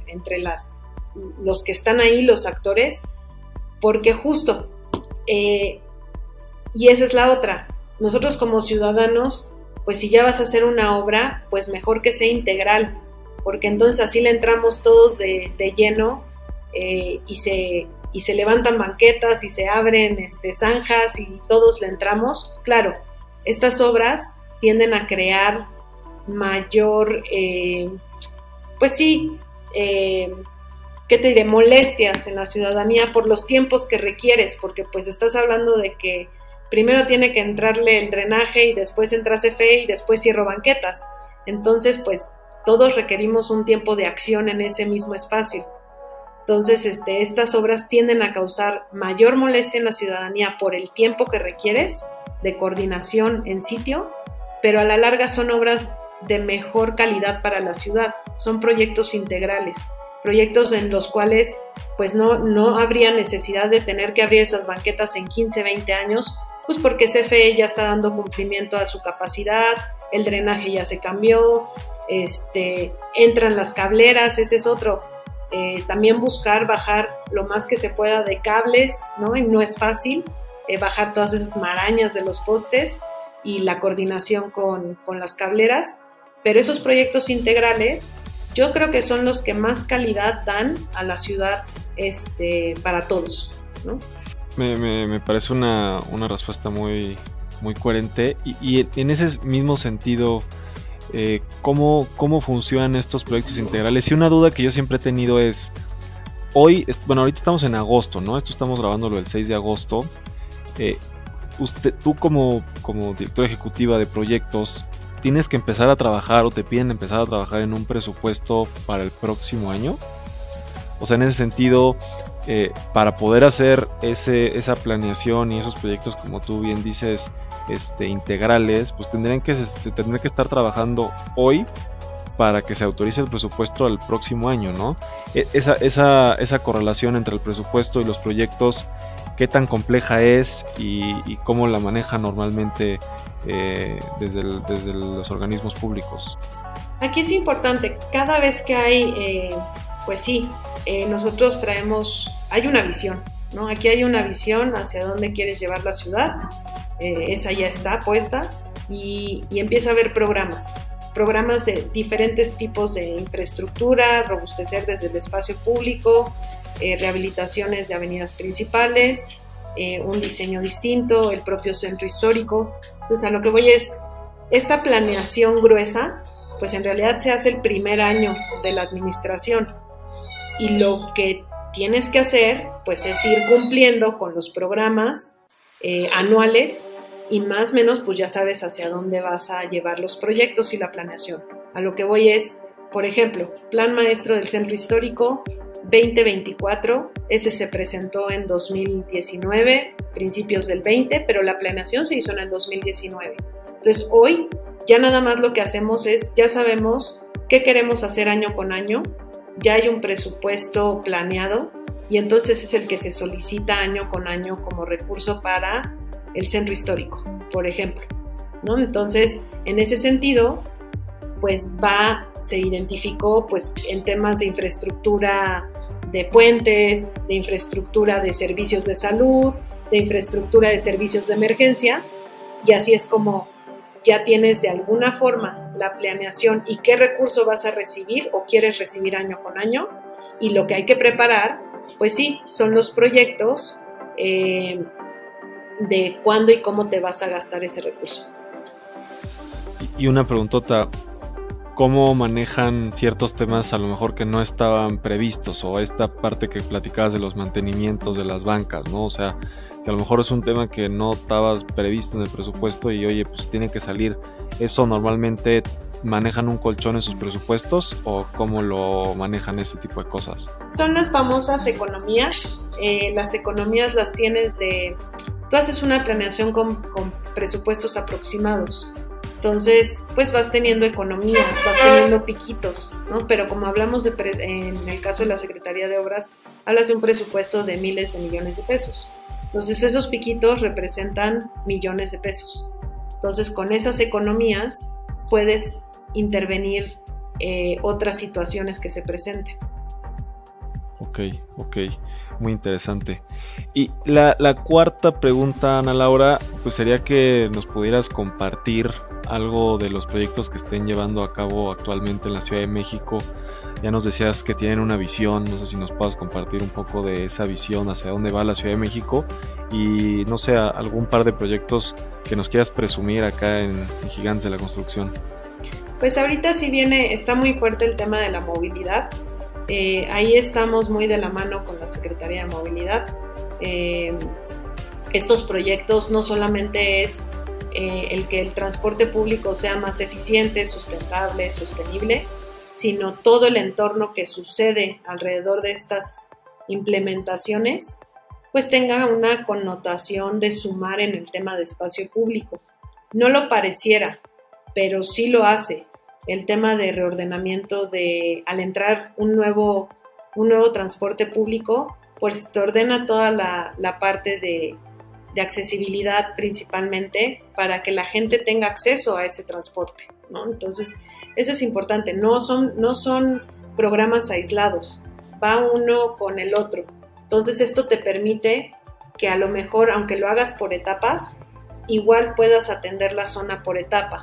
los que están ahí, los actores, porque justo, y esa es la otra, nosotros como ciudadanos, pues si ya vas a hacer una obra, pues mejor que sea integral, porque entonces así le entramos todos de lleno, y se levantan banquetas y se abren zanjas y todos le entramos. Claro, estas obras tienden a crear mayor, pues sí, ¿qué te diré? Molestias en la ciudadanía por los tiempos que requieres, porque pues estás hablando de que primero tiene que entrarle el drenaje y después entra CFE y después cierro banquetas. Entonces, pues todos requerimos un tiempo de acción en ese mismo espacio. Entonces, estas obras tienden a causar mayor molestia en la ciudadanía por el tiempo que requieres de coordinación en sitio, pero a la larga son obras de mejor calidad para la ciudad. Son proyectos integrales, proyectos en los cuales pues no habría necesidad de tener que abrir esas banquetas en 15, 20 años, pues porque CFE ya está dando cumplimiento a su capacidad, el drenaje ya se cambió, entran las cableras, ese es otro. También bajar lo más que se pueda de cables, ¿no? Y no es fácil bajar todas esas marañas de los postes y la coordinación con las cableras, pero esos proyectos integrales yo creo que son los que más calidad dan a la ciudad para todos, ¿no? Me parece una respuesta muy, muy coherente y en ese mismo sentido, ¿cómo funcionan estos proyectos integrales? Y una duda que yo siempre he tenido es, ahorita estamos en agosto, ¿no? Esto estamos grabándolo el 6 de agosto. Tú como directora ejecutiva de proyectos, ¿tienes que empezar a trabajar o te piden empezar a trabajar en un presupuesto para el próximo año? O sea, en ese sentido, para poder hacer esa planeación y esos proyectos, como tú bien dices, integrales, pues tendrían que estar trabajando hoy para que se autorice el presupuesto al próximo año, ¿no? Esa correlación entre el presupuesto y los proyectos, ¿qué tan compleja es y cómo la maneja normalmente desde los organismos públicos? Aquí es importante, cada vez que hay, nosotros hay una visión, ¿no? Aquí hay una visión hacia dónde quieres llevar la ciudad, esa ya está puesta y empieza a haber programas de diferentes tipos de infraestructura, robustecer desde el espacio público, rehabilitaciones de avenidas principales, un diseño distinto, el propio centro histórico. Entonces, a lo que voy es, esta planeación gruesa, pues en realidad se hace el primer año de la administración y lo que tienes que hacer, pues es ir cumpliendo con los programas anuales y más o menos pues ya sabes hacia dónde vas a llevar los proyectos y la planeación. A lo que voy es, por ejemplo, Plan Maestro del Centro Histórico 2024, ese se presentó en 2019, principios del 20, pero la planeación se hizo en el 2019. Entonces hoy ya nada más lo que hacemos es, ya sabemos qué queremos hacer año con año, ya hay un presupuesto planeado y entonces es el que se solicita año con año como recurso para el centro histórico, por ejemplo, ¿no? Entonces, en ese sentido, pues se identificó pues en temas de infraestructura de puentes, de infraestructura de servicios de salud, de infraestructura de servicios de emergencia, y así es como ya tienes de alguna forma la planeación y qué recurso vas a recibir o quieres recibir año con año, y lo que hay que preparar, pues sí, son los proyectos de cuándo y cómo te vas a gastar ese recurso. Y una preguntota, ¿cómo manejan ciertos temas a lo mejor que no estaban previstos? O esta parte que platicabas de los mantenimientos de las bancas, ¿no? O sea, que a lo mejor es un tema que no estabas previsto en el presupuesto y oye, pues tiene que salir. ¿Eso normalmente manejan un colchón en sus presupuestos o cómo lo manejan ese tipo de cosas? Son las famosas economías. Las economías las tienes tú haces una planeación con presupuestos aproximados. Entonces, pues vas teniendo economías, vas teniendo piquitos, ¿no? Pero como hablamos en el caso de la Secretaría de Obras, hablas de un presupuesto de miles de millones de pesos. Entonces, esos piquitos representan millones de pesos. Entonces, con esas economías puedes intervenir otras situaciones que se presenten. Ok, muy interesante. Y la cuarta pregunta, Ana Laura, pues sería que nos pudieras compartir algo de los proyectos que estén llevando a cabo actualmente en la Ciudad de México. Ya nos decías que tienen una visión, no sé si nos puedas compartir un poco de esa visión, hacia dónde va la Ciudad de México y no sé, algún par de proyectos que nos quieras presumir acá en Gigantes de la Construcción. Pues ahorita sí está muy fuerte el tema de la movilidad. Ahí estamos muy de la mano con la Secretaría de Movilidad. Estos proyectos no solamente es el que el transporte público sea más eficiente, sustentable, sostenible, sino todo el entorno que sucede alrededor de estas implementaciones, pues tenga una connotación de sumar en el tema de espacio público. No lo pareciera, pero sí lo hace. El tema de reordenamiento al entrar un nuevo transporte público, pues te ordena toda la parte de accesibilidad principalmente para que la gente tenga acceso a ese transporte, ¿no? Entonces, eso es importante. No son programas aislados, va uno con el otro. Entonces, esto te permite que a lo mejor, aunque lo hagas por etapas, igual puedas atender la zona por etapa.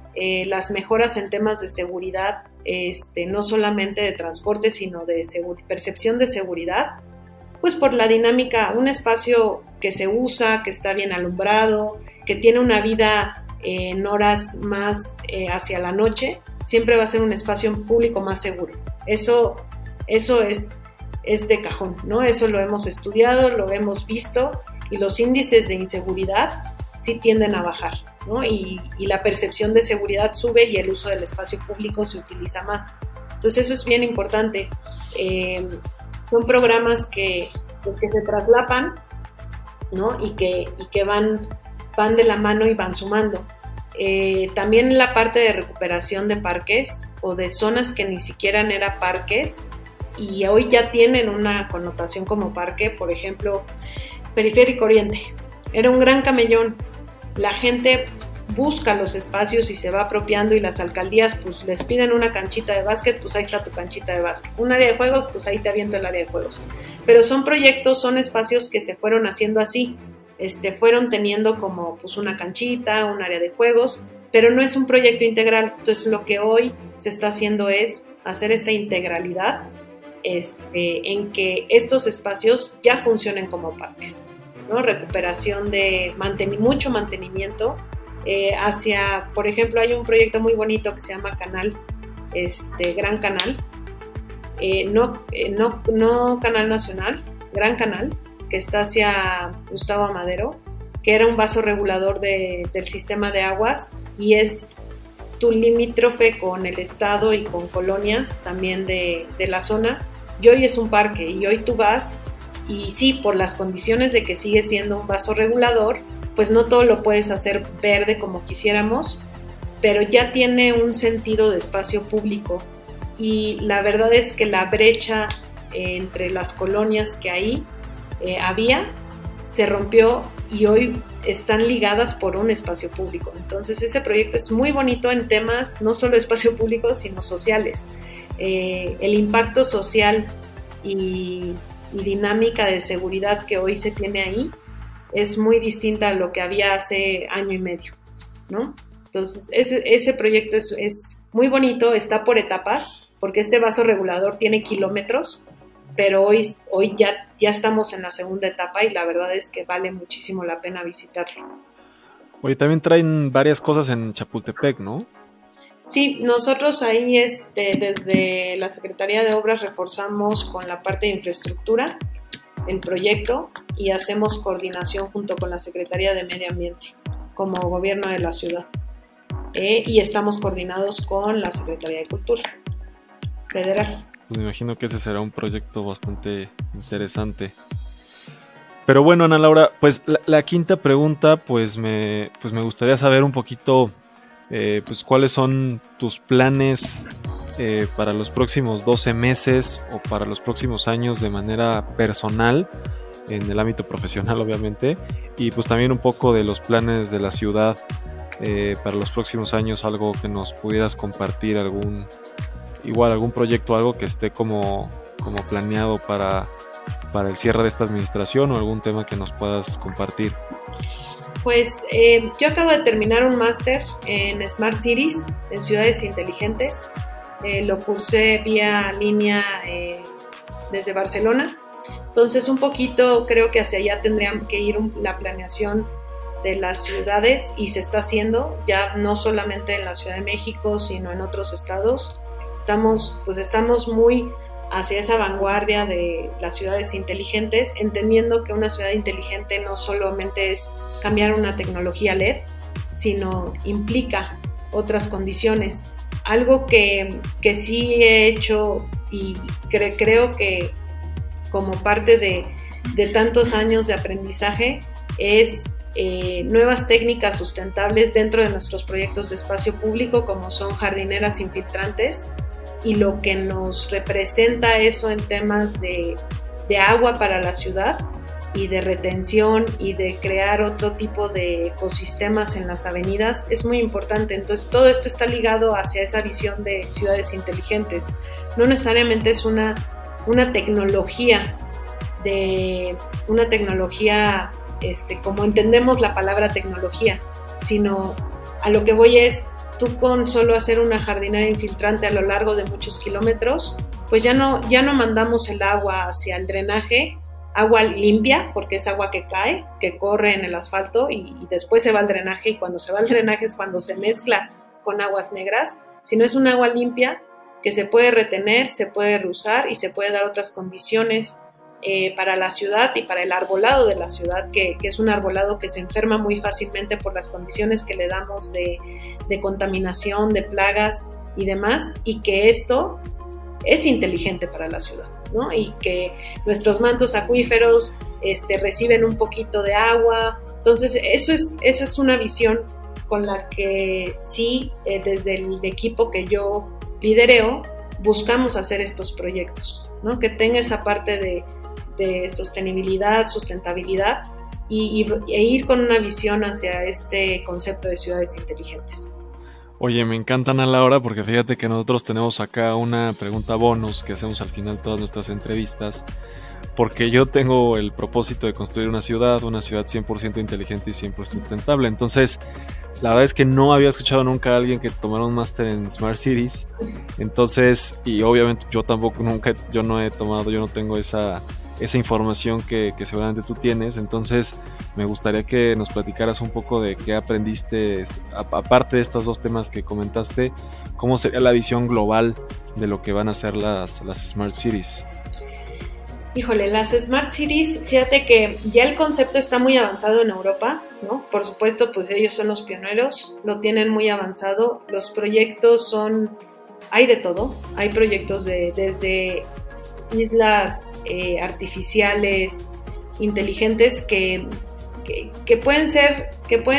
las mejoras en temas de seguridad, no solamente de transporte, sino de percepción de seguridad, pues por la dinámica, un espacio que se usa, que está bien alumbrado, que tiene una vida en horas más hacia la noche, siempre va a ser un espacio público más seguro. Eso es de cajón, ¿no? Eso lo hemos estudiado, lo hemos visto, y los índices de inseguridad sí tienden a bajar, ¿no? Y la percepción de seguridad sube y el uso del espacio público se utiliza más. Entonces eso es bien importante. Son programas que se traslapan, ¿no? y que van de la mano y van sumando. También la parte de recuperación de parques o de zonas que ni siquiera eran parques y hoy ya tienen una connotación como parque. Por ejemplo, Periférico Oriente era un gran camellón. La gente busca los espacios y se va apropiando, y las alcaldías pues les piden una canchita de básquet, pues ahí está tu canchita de básquet. Un área de juegos, pues ahí te aviento el área de juegos. Pero son proyectos, son espacios que se fueron haciendo así. Fueron teniendo como pues una canchita, un área de juegos, pero no es un proyecto integral. Entonces lo que hoy se está haciendo es hacer esta integralidad en que estos espacios ya funcionen como parques, ¿no? Recuperación de mucho mantenimiento hacia, por ejemplo, hay un proyecto muy bonito que se llama Canal, Gran Canal, no Canal Nacional, Gran Canal, que está hacia Gustavo Amadero, que era un vaso regulador del sistema de aguas y es tu limítrofe con el estado y con colonias también de la zona, y hoy es un parque, y hoy tú vas, y sí, por las condiciones de que sigue siendo un vaso regulador, pues no todo lo puedes hacer verde como quisiéramos, pero ya tiene un sentido de espacio público, y la verdad es que la brecha entre las colonias que ahí había, se rompió y hoy están ligadas por un espacio público. Entonces ese proyecto es muy bonito en temas no solo de espacio público, sino sociales. El impacto social y dinámica de seguridad que hoy se tiene ahí es muy distinta a lo que había hace año y medio, ¿no? Entonces ese proyecto es muy bonito, está por etapas, porque este vaso regulador tiene kilómetros, pero hoy ya estamos en la segunda etapa y la verdad es que vale muchísimo la pena visitarlo. Oye, también traen varias cosas en Chapultepec, ¿no? Sí, nosotros ahí desde la Secretaría de Obras reforzamos con la parte de infraestructura el proyecto y hacemos coordinación junto con la Secretaría de Medio Ambiente como gobierno de la ciudad. Y estamos coordinados con la Secretaría de Cultura Federal. Pues me imagino que ese será un proyecto bastante interesante. Pero bueno, Ana Laura, pues la quinta pregunta, pues me gustaría saber un poquito, pues cuáles son tus planes para los próximos 12 meses o para los próximos años de manera personal, en el ámbito profesional obviamente, y pues también un poco de los planes de la ciudad para los próximos años, algo que nos pudieras compartir, algún proyecto, algo que esté como planeado para el cierre de esta administración, o algún tema que nos puedas compartir. Pues yo acabo de terminar un máster en Smart Cities, en ciudades inteligentes. Lo cursé vía línea desde Barcelona. Entonces un poquito creo que hacia allá tendrían que ir la planeación de las ciudades, y se está haciendo ya no solamente en la Ciudad de México, sino en otros estados. Estamos muy hacia esa vanguardia de las ciudades inteligentes, entendiendo que una ciudad inteligente no solamente es cambiar una tecnología LED, sino implica otras condiciones. Algo que sí he hecho y creo que como parte de tantos años de aprendizaje es nuevas técnicas sustentables dentro de nuestros proyectos de espacio público, como son jardineras infiltrantes, y lo que nos representa eso en temas de agua para la ciudad y de retención y de crear otro tipo de ecosistemas en las avenidas es muy importante. Entonces todo esto está ligado hacia esa visión de ciudades inteligentes. No necesariamente es una tecnología como entendemos la palabra tecnología, sino a lo que voy es tú con solo hacer una jardinera infiltrante a lo largo de muchos kilómetros, pues ya no mandamos el agua hacia el drenaje, agua limpia, porque es agua que cae, que corre en el asfalto y después se va al drenaje, y cuando se va al drenaje es cuando se mezcla con aguas negras, sino es un agua limpia que se puede retener, se puede reusar y se puede dar otras condiciones para la ciudad y para el arbolado de la ciudad, que es un arbolado que se enferma muy fácilmente por las condiciones que le damos de contaminación, de plagas y demás, y que esto es inteligente para la ciudad, ¿no? Y que nuestros mantos acuíferos reciben un poquito de agua. Entonces eso es una visión con la que sí, desde el equipo que yo lidereo, buscamos hacer estos proyectos, ¿no? Que tenga esa parte de sostenibilidad, sustentabilidad e ir con una visión hacia este concepto de ciudades inteligentes. Oye, me encanta, Ana Laura, porque fíjate que nosotros tenemos acá una pregunta bonus que hacemos al final de todas nuestras entrevistas, porque yo tengo el propósito de construir una ciudad 100% inteligente y 100% sustentable. Entonces, la verdad es que no había escuchado nunca a alguien que tomara un máster en Smart Cities. Entonces, y obviamente yo tampoco yo no tengo esa información que seguramente tú tienes. Entonces me gustaría que nos platicaras un poco de qué aprendiste, aparte de estos dos temas que comentaste, cómo sería la visión global de lo que van a ser las Smart Cities. Híjole, las Smart Cities, fíjate que ya el concepto está muy avanzado en Europa, ¿no? Por supuesto, pues ellos son los pioneros, lo tienen muy avanzado. Los proyectos hay de todo, hay proyectos desde islas artificiales inteligentes que pueden ser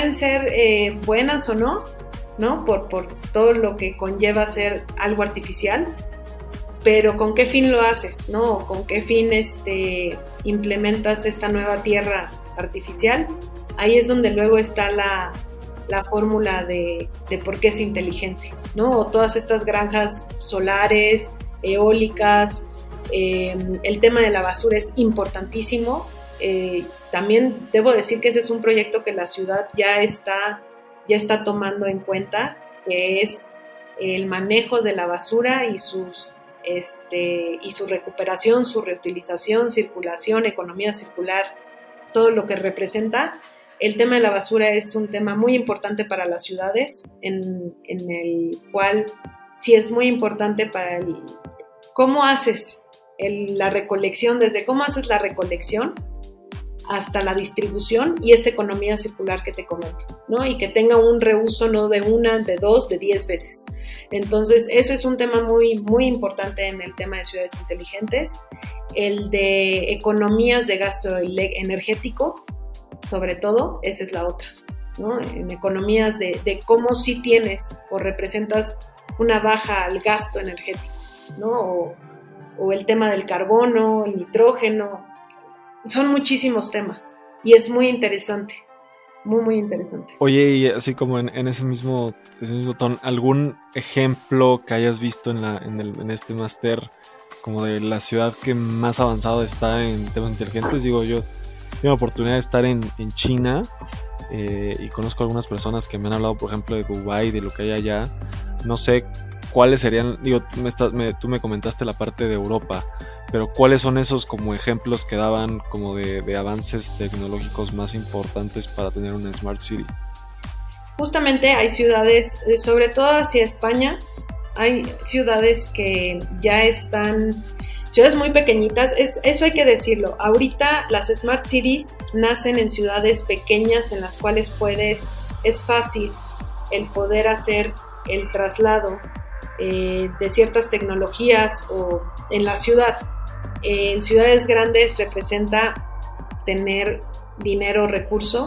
buenas o no por todo lo que conlleva ser algo artificial, pero ¿con qué fin lo haces, no? ¿Con qué fin implementas esta nueva tierra artificial? Ahí es donde luego está la fórmula de por qué es inteligente, ¿no? O todas estas granjas solares, eólicas. El tema de la basura es importantísimo. También debo decir que ese es un proyecto que la ciudad ya está tomando en cuenta, que es el manejo de la basura y su recuperación, su reutilización, circulación, economía circular, todo lo que representa. El tema de la basura es un tema muy importante para las ciudades, en el cual sí es muy importante para cómo haces la recolección, desde cómo haces la recolección hasta la distribución y esta economía circular que te comento, ¿no? Y que tenga un reuso no de una, de dos, de 10 veces. Entonces, eso es un tema muy, muy importante en el tema de ciudades inteligentes. El de economías de gasto energético, sobre todo, esa es la otra, ¿no? En economías de cómo sí tienes o representas una baja al gasto energético, ¿no? O el tema del carbono, el nitrógeno. Son muchísimos temas y es muy interesante, muy, muy interesante. Oye, y así como en ese mismo tono, ¿algún ejemplo que hayas visto en este máster como de la ciudad que más avanzado está en temas inteligentes? Digo, yo tengo la oportunidad de estar en China y conozco algunas personas que me han hablado, por ejemplo, de Dubái, de lo que hay allá. No sé cuáles serían, digo, tú me comentaste la parte de Europa, pero ¿cuáles son esos como ejemplos que daban como de avances tecnológicos más importantes para tener una Smart City? Justamente hay ciudades, sobre todo hacia España, hay ciudades que ya están, ciudades muy pequeñitas, eso hay que decirlo. Ahorita las Smart Cities nacen en ciudades pequeñas en las cuales es fácil el poder hacer el traslado de ciertas tecnologías o en la ciudad. En ciudades grandes representa tener dinero, recurso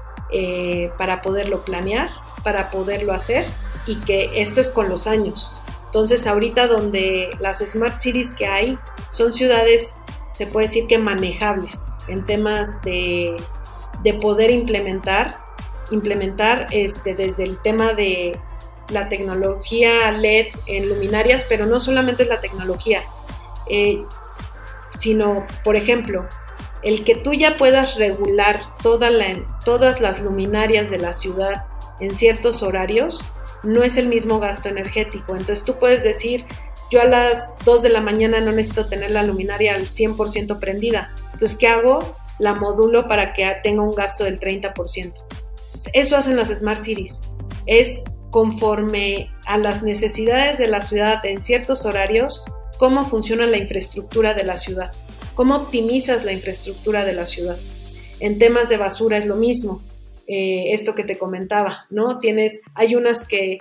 para poderlo planear, para poderlo hacer, y que esto es con los años. Entonces ahorita donde las Smart Cities que hay son ciudades, se puede decir que manejables en temas de poder implementar desde el tema de la tecnología LED en luminarias, pero no solamente es la tecnología, sino, por ejemplo, el que tú ya puedas regular todas las luminarias de la ciudad en ciertos horarios, no es el mismo gasto energético. Entonces tú puedes decir, yo a las 2 de la mañana no necesito tener la luminaria al 100% prendida. Entonces, ¿qué hago? La modulo para que tenga un gasto del 30%. Entonces, eso hacen las Smart Cities. Es conforme a las necesidades de la ciudad en ciertos horarios, cómo funciona la infraestructura de la ciudad, cómo optimizas la infraestructura de la ciudad. En temas de basura es lo mismo, esto que te comentaba, ¿no? Hay unas que,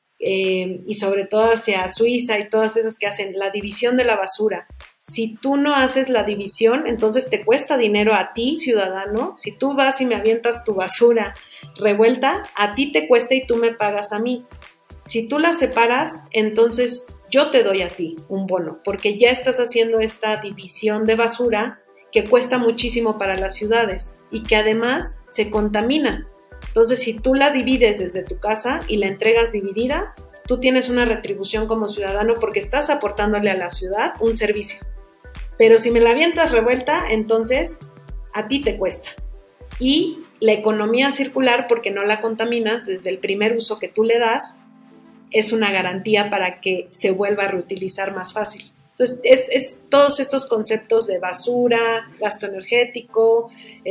y sobre todo hacia Suiza y todas esas que hacen la división de la basura. Si tú no haces la división, entonces te cuesta dinero a ti, ciudadano. Si tú vas y me avientas tu basura revuelta, a ti te cuesta y tú me pagas a mí. Si tú la separas, entonces yo te doy a ti un bono, porque ya estás haciendo esta división de basura que cuesta muchísimo para las ciudades y que además se contamina. Entonces, si tú la divides desde tu casa y la entregas dividida, tú tienes una retribución como ciudadano porque estás aportándole a la ciudad un servicio. Pero si me la avientas revuelta, entonces a ti te cuesta. Y la economía circular, porque no la contaminas desde el primer uso que tú le das, es una garantía para que se vuelva a reutilizar más fácil. Entonces, es todos estos conceptos de basura, gasto energético,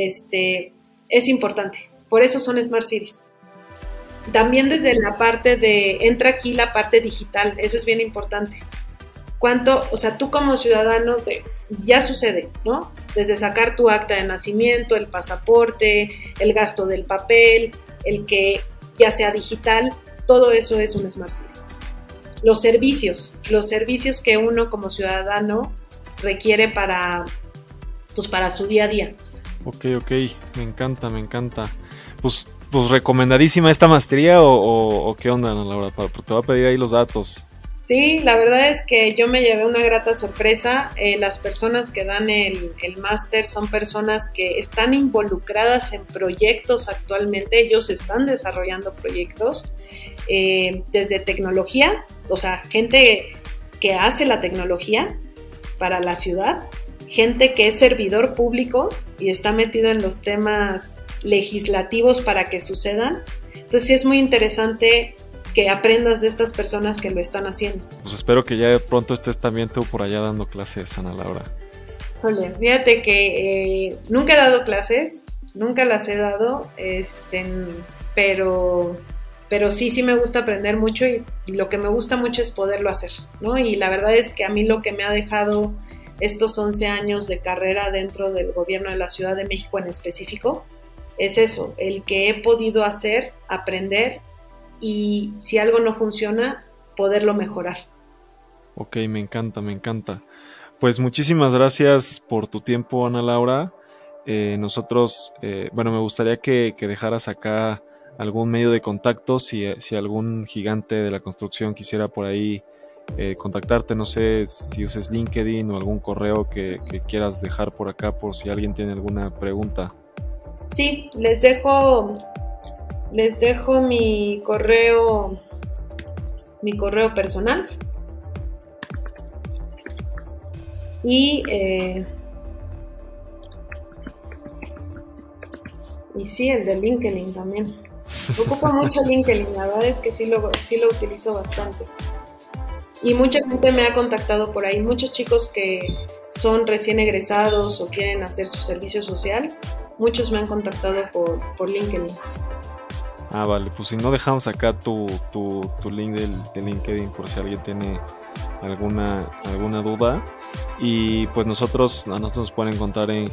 es importante. Por eso son Smart Cities. También desde la parte entra aquí la parte digital, eso es bien importante. Tú como ciudadano, ya sucede, ¿no? Desde sacar tu acta de nacimiento, el pasaporte, el gasto del papel, el que ya sea digital, todo eso es un Smart City. Los servicios que uno como ciudadano requiere para su día a día. Ok, me encanta. Pues recomendadísima esta maestría o qué onda, Ana Laura, te voy a pedir ahí los datos. Sí, la verdad es que yo me llevé una grata sorpresa. Las personas que dan el máster son personas que están involucradas en proyectos actualmente, ellos están desarrollando proyectos desde tecnología, o sea, gente que hace la tecnología para la ciudad, gente que es servidor público y está metido en los temas legislativos para que sucedan. Entonces sí es muy interesante que aprendas de estas personas que lo están haciendo. Pues espero que ya pronto estés también tú por allá dando clases, Ana Laura. Oye, fíjate que nunca he dado clases, nunca las he dado, pero sí me gusta aprender mucho y lo que me gusta mucho es poderlo hacer, ¿no? Y la verdad es que a mí lo que me ha dejado estos 11 años de carrera dentro del gobierno de la Ciudad de México en específico es eso, el que he podido hacer, aprender y si algo no funciona, poderlo mejorar. Ok, me encanta. Pues muchísimas gracias por tu tiempo, Ana Laura. Nosotros, me gustaría que dejaras acá algún medio de contacto si algún gigante de la construcción quisiera por ahí contactarte, no sé si uses LinkedIn o algún correo que quieras dejar por acá por si alguien tiene alguna pregunta. Sí, les dejo mi correo personal y sí, el de LinkedIn también. Ocupo mucho LinkedIn, la verdad es que sí lo utilizo bastante. Y mucha gente me ha contactado por ahí, muchos chicos que son recién egresados o quieren hacer su servicio social, muchos me han contactado por LinkedIn. Ah, vale, pues si no dejamos acá tu link de LinkedIn por si alguien tiene alguna duda. Y pues a nosotros nos pueden encontrar en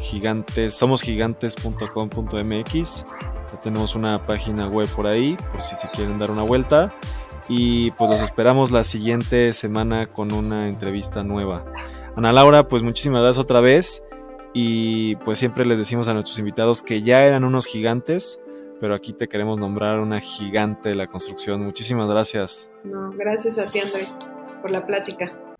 somosgigantes.com.mx. Ya tenemos una página web por ahí, por si se quieren dar una vuelta. Y pues los esperamos la siguiente semana con una entrevista nueva. Ana Laura, pues muchísimas gracias otra vez. Y pues siempre les decimos a nuestros invitados que ya eran unos gigantes, pero aquí te queremos nombrar una gigante de la construcción. Muchísimas gracias. No, gracias a ti, Andrés, por la plática.